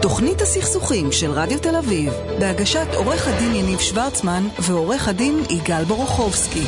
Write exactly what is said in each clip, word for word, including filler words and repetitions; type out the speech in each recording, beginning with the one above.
תוכנית הסכסוכים של רדיו תל אביב, בהגשת עורך הדין יניב שוורצמן ועורך הדין יגאל בורוכובסקי.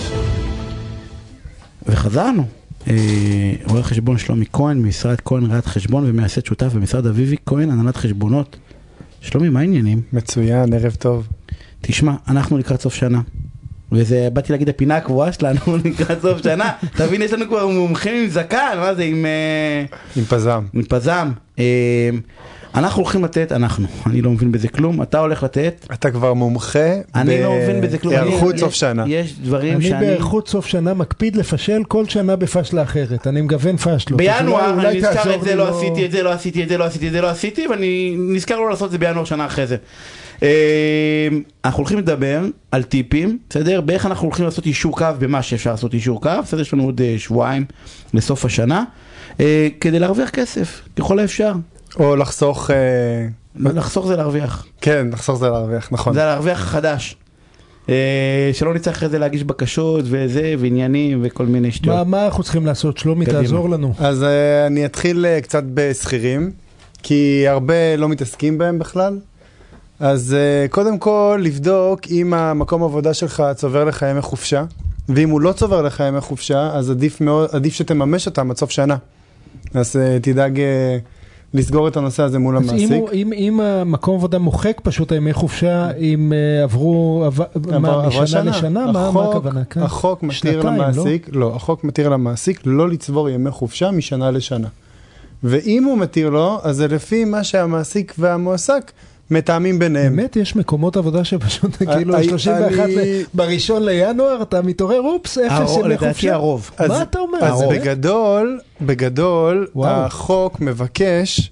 וחזרנו. עורך חשבון שלומי כהן, ממשרד כהן ראיית חשבון ומייסד שותף במשרד אביבי כהן, הנהלת חשבונות. שלומי, מה העניינים? מצוין, ערב טוב. תשמע, אנחנו לקראת סוף שנה. וזה, באתי להגיד, הפינה הקבועה שלנו לקראת סוף שנה. תבין, יש לנו כבר מומחים עם זקן, מה זה, עם... עם פזם. עם פזם. אנחנו הולכים לתת, אנחנו, אני לא מבין בזה כלום, אתה הולך לתת. אתה כבר מומחה אני לא מבין בזה כלום. בערכות סוף שנה. יש דברים שאני... שאני... אני בערכות סוף שנה מקפיד לפשל כל שנה בפשלה אחרת. אני מגוון פשלות. בינואר, אני נזכר את זה, לא עשיתי, את זה לא עשיתי, את זה לא עשיתי, את זה לא עשיתי, ואני נזכר לא לעשות את זה בינואר שנה אחרי זה. אנחנו הולכים לדבר על טיפים, בסדר? באיך אנחנו הולכים לעשות אישור קו במה שאפשר לעשות אישור קו, בסדר? יש לנו עוד שבועיים לסוף השנה, כדי להרוויח כסף, ככל האפשר. או לחסוך... לחסוך זה להרוויח. כן, לחסוך זה להרוויח, נכון. זה להרוויח חדש. שלא נצטרך אחרי זה להגיש בקשות וזה, ועניינים וכל מיני שטויות. מה אנחנו צריכים לעשות? שלומי, תעזור לנו. אז אני אתחיל קצת בסחירים, כי הרבה לא מתעסקים בהם בכלל. אז קודם כל לבדוק אם המקום העבודה שלך צובר לך ימי חופשה, ואם הוא לא צובר לך ימי חופשה, אז עדיף, מאוד, עדיף שתממש אותם עד סוף שנה. אז תדאג לסגור את הנושא הזה מול המעסיק. אם, אם, אם המקום עבודה מוחק פשוט הימי חופשה, אם עברו עבר, מה, משנה שנה. לשנה, החוק, מה, מה הכוונה? כן? החוק מתיר שנתיים, למעסיק, לא? לא, החוק מתיר למעסיק לא לצבור ימי חופשה משנה לשנה. ואם הוא מתיר לו, אז זה לפי מה שהמעסיק והמועסק מתאמים ביניהם. באמת יש מקומות עבודה שפשוט כאילו שלושים ואחת בראשון לינואר אתה מתעורר, אופס, אפס ימי חופשה. מה אתה אומר? אז בגדול, בגדול, החוק מבקש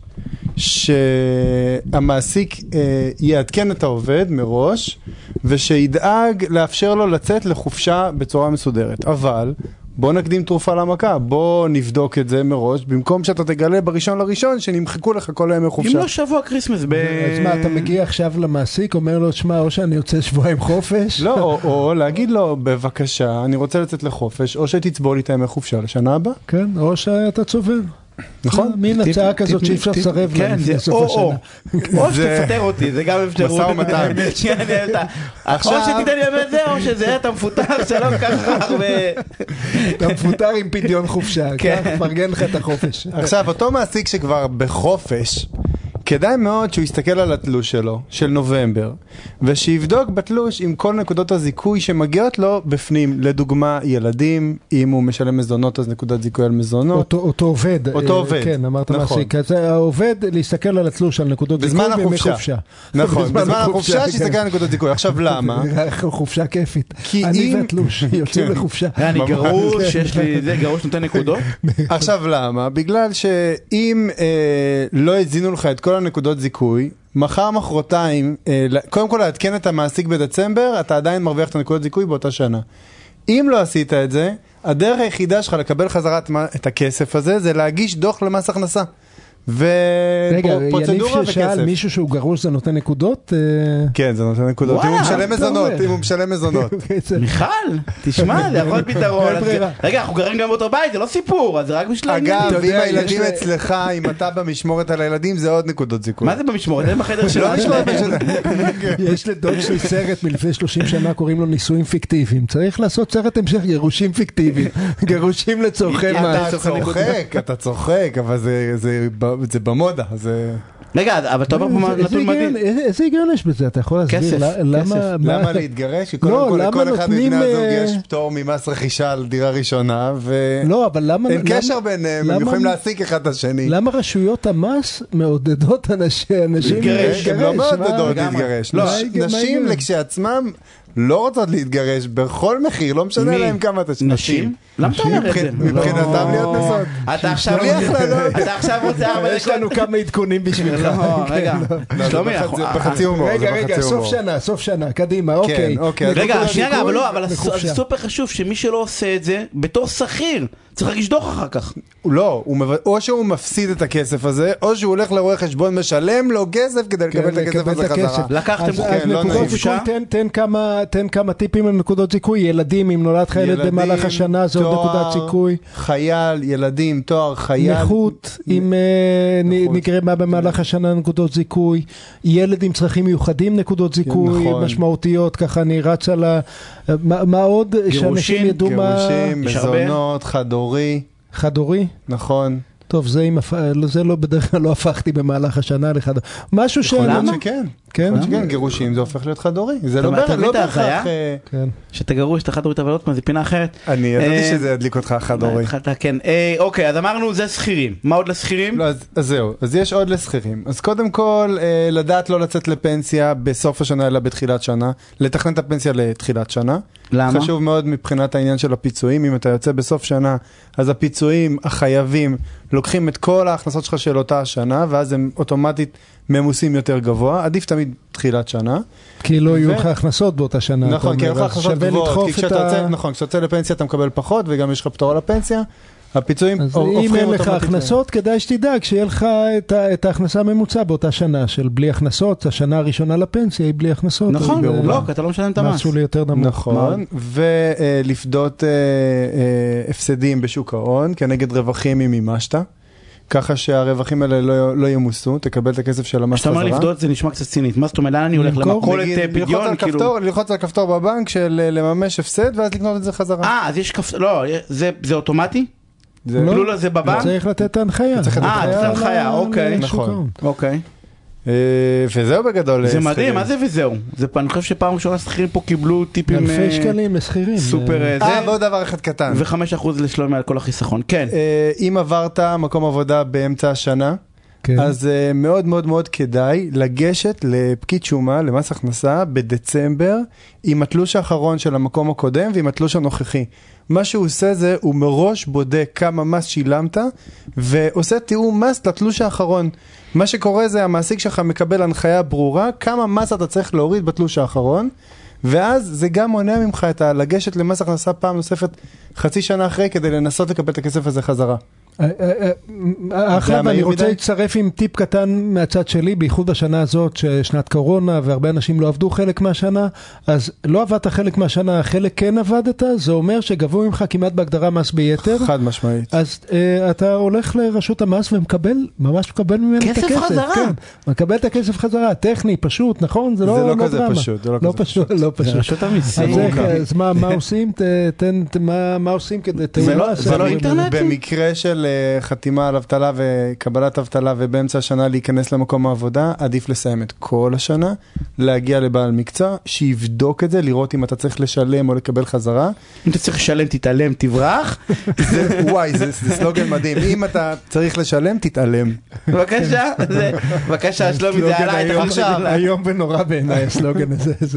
שהמעסיק יעדכן את העובד מראש, ושידאג לאפשר לו לצאת לחופשה בצורה מסודרת. אבל בוא נקדים תרופה למכה, בוא נבדוק את זה מראש, במקום שאתה תגלה בראשון לראשון, שנמחקו לך כל הימי חופשה. אם לא שבוע קריסמס ב... אז מה, אתה מגיע עכשיו למעסיק, אומר לו, שמע, או שאני יוצא שבועיים חופש? לא, או, או להגיד לו, בבקשה, אני רוצה לצאת לחופש, או שתצבור לי את הימי חופשה לשנה הבאה. כן, או שאתה צובר. נכון? מין הצעה כזאת שאי אפשר לסרב להם בסוף השנה. או שתפטר אותי, זה גם אפשרות. מסע ומתן. או שתיתן לי את זה, או שזה, אתה מפוטר, שלום ככה. אתה מפוטר עם פדיון חופשה, מרגן לך את החופש. עכשיו, אותו מעסיק שכבר בחופש, כדאי מאוד שהוא יסתכל על התלוש שלו, של נובמבר, ושיבדוק בתלוש עם כל נקודות הזיכוי שמגיעות לו בפנים. לדוגמה, ילדים, אם הוא משלם מזונות, אז נקודת זיכוי על מזונות. אותו, אותו עובד. אותו עובד. כן, אמרת נכון. מעסיק. אז העובד להסתכל על התלוש, על נקודות זיכוי בימי חופשה. נכון, בזמן החופשה שיסתכל על נקודות זיכוי. עכשיו למה? חופשה כיפית. כי אני והתלוש יוצאים לחופשה. אני גרוש, שיש לי זה, גרוש נותן נקודות. עכשיו למה? בגלל שאם לא הזינו לך את כל הנקודות זיכוי, מחר מחרתיים, קודם כל להתקן את המעסיק בדצמבר, אתה עדיין מרוויח את הנקודות זיכוי באותה שנה. אם לא עשית את זה, הדרך היחידה שלך לקבל חזרה את הכסף הזה, זה להגיש דוח למס הכנסה. ופרוצדורה וכסף. ששאל מישהו שהוא גרוש זה נותן נקודות? כן, זה נותן נקודות. אם הוא משלם מזונות, אם הוא משלם מזונות. מיכל, תשמע, זה יכול פתרון. רגע, אנחנו גרים גם באותו בית, זה לא סיפור, אז זה רק בשביל העניין. אגב, אם הילדים אצלך, אם אתה במשמורת על הילדים, זה עוד נקודות זיכוי. מה זה במשמורת? זה בחדר שלו. יש לדוד שלי סרט מלפני שלושים שנה, קוראים לו נישואים פיקטיביים. צריך לעשות סרט המשך, גירושים פיקטיביים. גירושים לצורכי מס. אתה צוחק, אתה צוחק, אבל זה זה במודה, זה... רגע, אבל אתה אומר פה נתון מדהים. איזה היגיון יש בזה? אתה יכול להסביר למה... למה להתגרש? לכל אחד מבני הזוג יש פטור ממס רכישה על דירה ראשונה, ואין קשר ביניהם, הם יכולים להעסיק אחד את השני. למה רשויות המס מעודדות אנשים להתגרש? הם לא מעודדות להתגרש. נשים לכשעצמם לא רוצות להתגרש בכל מחיר, לא משנה להם כמה אתה... נשים? למה אתה אומר את זה? מבחינתם להיות נסות. אתה עכשיו רוצה ארבע דקות. יש לנו כמה עדכונים בשבילך. רגע, שלומי, בחצי הומור. רגע, רגע, סוף שנה, סוף שנה, קדימה, אוקיי. רגע, שנייה, אבל לא, אבל סופר חשוב שמי שלא עושה את זה, בתור שכיר, צריך להגיש דוח אחר כך. לא, או שהוא מפסיד את הכסף הזה, או שהוא הולך לרואה חשבון, משלם לו כסף כדי לקבל את הכסף הזה חזרה. לקחתם חופשה? תן כמה תן כמה טיפים על נקודות זיכוי. ילדים, אם נולד חיילת במהלך השנה, זו נקודת זיכוי. חייל, ילדים, תואר, חייל. נכות, אם נגרמה במהלך השנה, נקודות זיכוי. ילד עם צרכים מיוחדים, נקודות זיכוי משמעותיות. ככה אני רץ על ה... מה עוד? גירושים, גירושים, מזונות, חד-הורי. חד-הורי? נכון. טוב, זה, זה לא, בדרך כלל לא הפכתי במהלך השנה לחד... משהו ש... למה? שכן. כן? שכן, גירושים זה הופך להיות חד-הורי. זה לא בהכרח... שאתה גרוש, שאתה חד-הורית, אבל עוד פעם, זה פינה אחרת. אני ידעתי שזה ידליק אותך חד-הורי. כן. אוקיי, אז אמרנו, זה שכירים. מה עוד לשכירים? אז זהו, אז יש עוד לשכירים. אז קודם כל, לדעת לא לצאת לפנסיה בסוף השנה, אלא בתחילת שנה. לתכנן את הפנסיה לתחילת שנה. למה? חשוב מאוד מבחינת העניין של הפיצויים. אם אתה יוצא בסוף שנה, אז הפיצויים החייבים לוקחים את כל ההכנסות שלך של אותה השנה, ואז הם אוטומטית ממוסים יותר גבוה. עדיף תמיד תחילת שנה. כי לא יהיו לך הכנסות באותה שנה. נכון, כי יהיו לך הכנסות גבוהות. כי כשאתה יוצא, נכון, כשאתה יוצא לפנסיה אתה מקבל פחות, וגם יש לך פטור על הפנסיה. הפיצויים הופכים אוטומטית. אם אין לך הכנסות, כדאי שתדאג שיהיה לך את ההכנסה הממוצע באותה שנה של בלי הכנסות. השנה הראשונה לפנסיה היא בלי הכנסות. נכון, לא, אתה לא משלם את המס. משהו לי יותר נמוך. נכון, ולפדות הפסדים בשוק ההון, כנגד רווחים אם מימשת. ככה שהרווחים האלה לא, לא ימוסו, תקבל את הכסף של המס חזרה. כשאתה אומר לפדות זה נשמע קצת צינית, מה זאת אומרת, לאן אני הולך למכולת פדיון? ללחוץ על כפתור בבנק של לממש הפסד ואז לקנות את זה חזרה. אה, אז יש כפתור, לא, זה, זה אוטומטי? זה לא, לא, זה בבנק? צריך לתת את ההנחיה. אה, צריך הנחיה, אוקיי. נכון. אוקיי. וזהו בגדול. זה מדהים, מה זה וזהו? אני חושב שפעם ראשונה שכירים פה קיבלו טיפים... אלפי שקלים לשכירים. סופר... אה, ועוד דבר אחד קטן. וחמש אחוז לשלומי על כל החיסכון, כן. אם עברת מקום עבודה באמצע השנה, אז מאוד מאוד מאוד כדאי לגשת לפקיד שומה, למס הכנסה, בדצמבר, עם התלוש האחרון של המקום הקודם ועם התלוש הנוכחי. מה שהוא עושה זה, הוא מראש בודק כמה מס שילמת, ועושה תיאום מס לתלוש האחרון. מה שקורה זה, המעסיק שלך מקבל הנחיה ברורה, כמה מס אתה צריך להוריד בתלוש האחרון, ואז זה גם מונע ממך את לגשת למס הכנסה פעם נוספת חצי שנה אחרי, כדי לנסות לקבל את הכסף הזה חזרה. אחלה, אני רוצה להצטרף עם טיפ קטן מהצד שלי, בייחוד השנה הזאת, ששנת קורונה, והרבה אנשים לא עבדו חלק מהשנה, אז לא עבדת חלק מהשנה, חלק כן עבדת, זה אומר שגבו ממך כמעט בהגדרה מס ביתר. חד משמעית. אז אתה הולך לרשות המס ומקבל, ממש מקבל ממנו את הכסף. כסף חזרה. כן, מקבל את הכסף חזרה, טכני, פשוט, נכון? זה לא כזה פשוט. לא פשוט, לא פשוט. רשות המיסים. אז מה עושים? מה עושים כדי... זה לא אינטרנט? במקרה של חתימה על אבטלה וקבלת אבטלה ובאמצע השנה להיכנס למקום העבודה, עדיף לסיים את כל השנה, להגיע לבעל מקצוע, שיבדוק את זה, לראות אם אתה צריך לשלם או לקבל חזרה. אם אתה צריך לשלם, תתעלם, תברח. וואי, זה סלוגן מדהים. אם אתה צריך לשלם, תתעלם. בבקשה, בבקשה, שלומי, זה עליי. היום ונורא בעיניי הסלוגן הזה.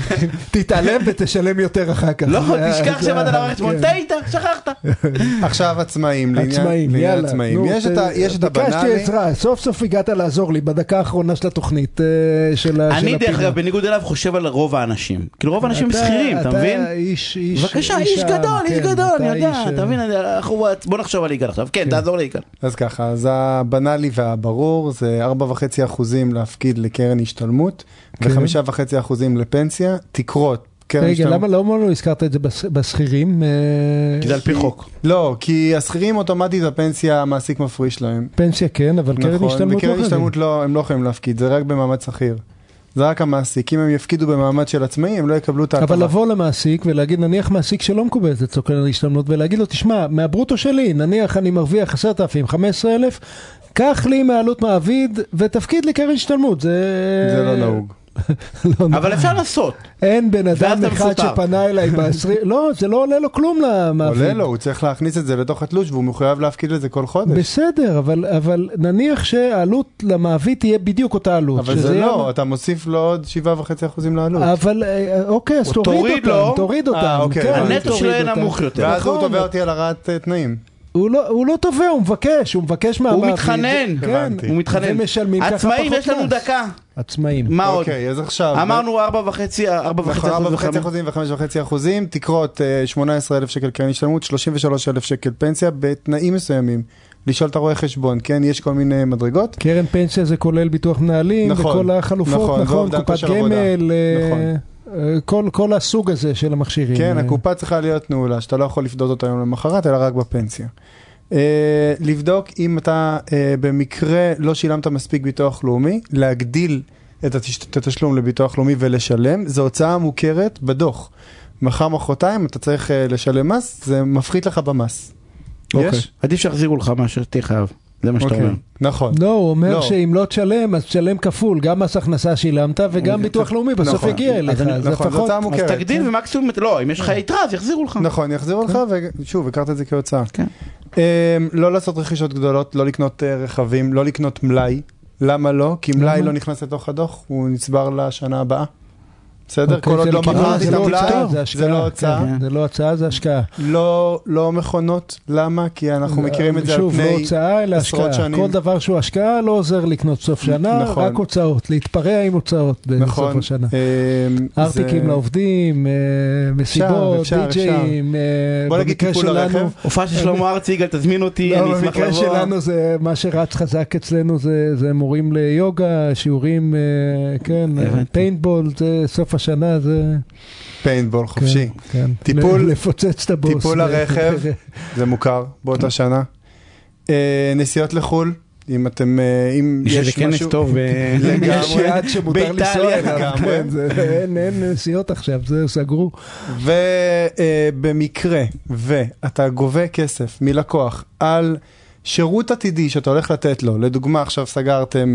תתעלם ותשלם יותר אחר כך. לא, תשכח שבאת למערכת שמונה, טעית, שכחת. עכשיו עצמאים, לעניין עצמאים. יש את הבנאלי. ביקשתי עזרה, סוף סוף הגעת לעזור לי בדקה האחרונה של התוכנית של הפינה. אני דרך אגב, בניגוד אליו, חושב על רוב האנשים. כאילו רוב האנשים שכירים, אתה מבין? בבקשה, איש גדול, איש גדול, אני יודע, אתה מבין? בוא נחשוב על יגאל עכשיו. כן, תעזור לי יגאל. אז ככה, אז הבנאלי והברור זה ארבע וחצי אחוזים להפקיד לקרן השתלמות, וחמישה וחצי אחוזים לפנסיה, תקרות. רגע, למה לא הזכרת את זה בסחירים? כי זה על פי חוק. לא, כי הסחירים אוטומטית הפנסיה המעסיק מפריש להם. פנסיה כן, אבל קרן השתלמות לא. וקרן השתלמות לא, הם לא יכולים להפקיד, זה רק במעמד שכיר. זה רק המעסיק. אם הם יפקידו במעמד של עצמאי, הם לא יקבלו את ההטבה. אבל לבוא למעסיק ולהגיד, נניח מעסיק שלא מקבל את זה קרן השתלמות, ולהגיד לו, תשמע, מהברוטו שלי, נניח אני מרוויח עשרת אלפים, חמישה עשר אלף, קח לי מעלות מעביד ותפקיד לי קרן השתלמות. זה לא נהוג. אבל אפשר לעשות. אין בן אדם אחד שפנה אליי בעשרים, לא, זה לא עולה לו כלום למעביד. עולה לו, הוא צריך להכניס את זה לתוך התלוש, והוא מחויב להפקיד לזה כל חודש. בסדר, אבל נניח שהעלות למעביד תהיה בדיוק אותה עלות. אבל זה לא, אתה מוסיף לו עוד שבעה וחצי אחוזים לעלות. אבל, אוקיי, אז תוריד אותם, תוריד אותם. הנטו שלו יהיה נמוך יותר. ואז הוא תובע אותי על הרעת תנאים. הוא לא, הוא לא תובע, הוא מבקש, הוא מבקש מהמעביד. הוא מתחנן, כן, הוא מתחנן. עצמאים, יש לנו דקה. עצמאים. מה עוד? אוקיי, אז עכשיו. אמרנו ארבע וחצי, ארבע וחצי אחוזים וחמש וחצי אחוזים, תקרות שמונה עשרה אלף שקל קרן השתלמות, שלושים ושלושה אלף שקל פנסיה, בתנאים מסוימים. לשאול את הרואה חשבון, כן? יש כל מיני מדרגות. קרן פנסיה זה כולל ביטוח מנהלים, וכל החלופות, נכון, קופת גמל. כל, כל הסוג הזה של המכשירים. כן, הקופה צריכה להיות נעולה, שאתה לא יכול לפדות אותה יום למחרת, אלא רק בפנסיה. לבדוק אם אתה במקרה לא שילמת מספיק ביטוח לאומי, להגדיל את התשלום לביטוח לאומי ולשלם, זו הוצאה מוכרת בדוח. מחר מחרתיים אתה צריך לשלם מס, זה מפחית לך במס. יש? עדיף שיחזירו לך מאשר תהיה חייב. זה מה שאתה אומר. נכון. לא, הוא אומר שאם לא תשלם, אז תשלם כפול, גם מס הכנסה שילמת וגם ביטוח לאומי בסוף הגיע אליך. נכון, זו הוצאה מוכרת. אז תגדיל ומקסימום, לא, אם יש לך יתרה, אז יחזירו לך. נכון, יחזירו לך, ושוב, הכרת את זה כהוצאה. לא לעשות רכישות גדולות, לא לקנות רכבים, לא לקנות מלאי. למה לא? כי מלאי לא נכנס לתוך הדוח, הוא נצבר לשנה הבאה. בסדר? כל עוד לא מכרתי את המלאי, זה לא הוצאה. זה לא הוצאה, זה השקעה. לא מכונות, למה? כי אנחנו מכירים את זה על פני עשרות שנים. כל דבר שהוא השקעה לא עוזר לקנות סוף שנה, רק הוצאות, להתפרע עם הוצאות בסוף השנה. ארטיקים לעובדים, מסיבות, די-ג'יים, בוא נגיד טיפול לרכב. הופעה של שלמה ארצי, יגאל, תזמין אותי, אני אשמח לבוא. במקרה שלנו זה, מה שרץ חזק אצלנו זה מורים ליוגה, שיעורים, כן, פיינטבול, זה סוף השנה זה... פיינטבול חופשי. כן, טיפול... לפוצץ את הבוס. טיפול הרכב, זה מוכר באותה שנה. נסיעות לחול, אם אתם... יש כנס טוב לגמרי. יש יעד שמותר לנסוע אליו. אין נסיעות עכשיו, זה סגרו. ובמקרה, ואתה גובה כסף מלקוח על שירות עתידי שאתה הולך לתת לו, לדוגמה עכשיו סגרתם...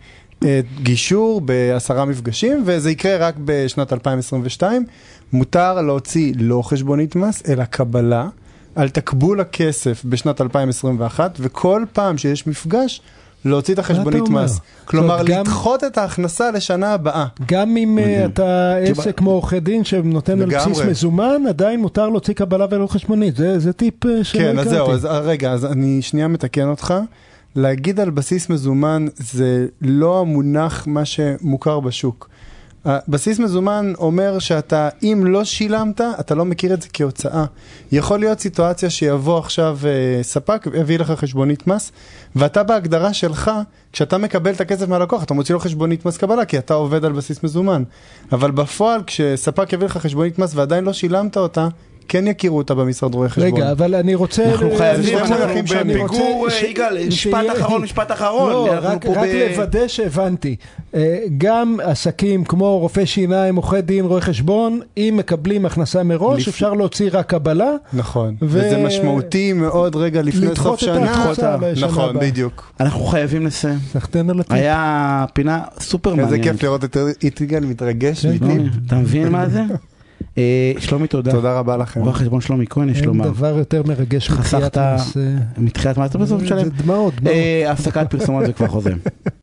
גישור בעשרה מפגשים, וזה יקרה רק בשנת אלפיים עשרים ושתיים. מותר להוציא לא חשבונית מס, אלא קבלה על תקבול הכסף בשנת אלפיים עשרים ואחת, וכל פעם שיש מפגש, להוציא את החשבונית מס. כלומר, לדחות את ההכנסה לשנה הבאה. גם אם אתה עסק כמו עורכי דין שנותן על בסיס מזומן, עדיין מותר להוציא קבלה ולא חשבונית. זה טיפ שלא הכרתי. כן, אז זהו, רגע, אז אני שנייה מתקן אותך. להגיד על בסיס מזומן זה לא המונח מה שמוכר בשוק. בסיס מזומן אומר שאתה, אם לא שילמת, אתה לא מכיר את זה כהוצאה. יכול להיות סיטואציה שיבוא עכשיו ספק, הביא לך חשבונית מס, ואתה בהגדרה שלך, כשאתה מקבל את הכסף מהלקוח, אתה מוציא לו חשבונית מס קבלה, כי אתה עובד על בסיס מזומן. אבל בפועל, כשספק הביא לך חשבונית מס ועדיין לא שילמת אותה, כן יכירו אותה במשרד רואי חשבון. רגע, אבל אני רוצה... אנחנו חייבים, אנחנו בפיגור, יגאל, משפט אחרון, משפט אחרון. לא, רק לוודא שהבנתי. גם עסקים כמו רופא שיניים, עורכי דין, רואי חשבון, אם מקבלים הכנסה מראש, אפשר להוציא רק קבלה. נכון, וזה משמעותי מאוד רגע לפני סוף שנה. נכון, בדיוק. אנחנו חייבים לסיים. סחתן על עצמי. היה פינה סופר מעניין. איזה כיף לראות את יגאל מתרגש. אתה מבין מה זה? שלומי, תודה. תודה רבה לכם. רואה חשבון שלומי כהן, יש לומר. אין דבר יותר מרגש מתחיית מס. מתחיית מס, אתה בסוף משלם. זה דמעות, דמעות. הפסקת פרסומות זה כבר חוזר.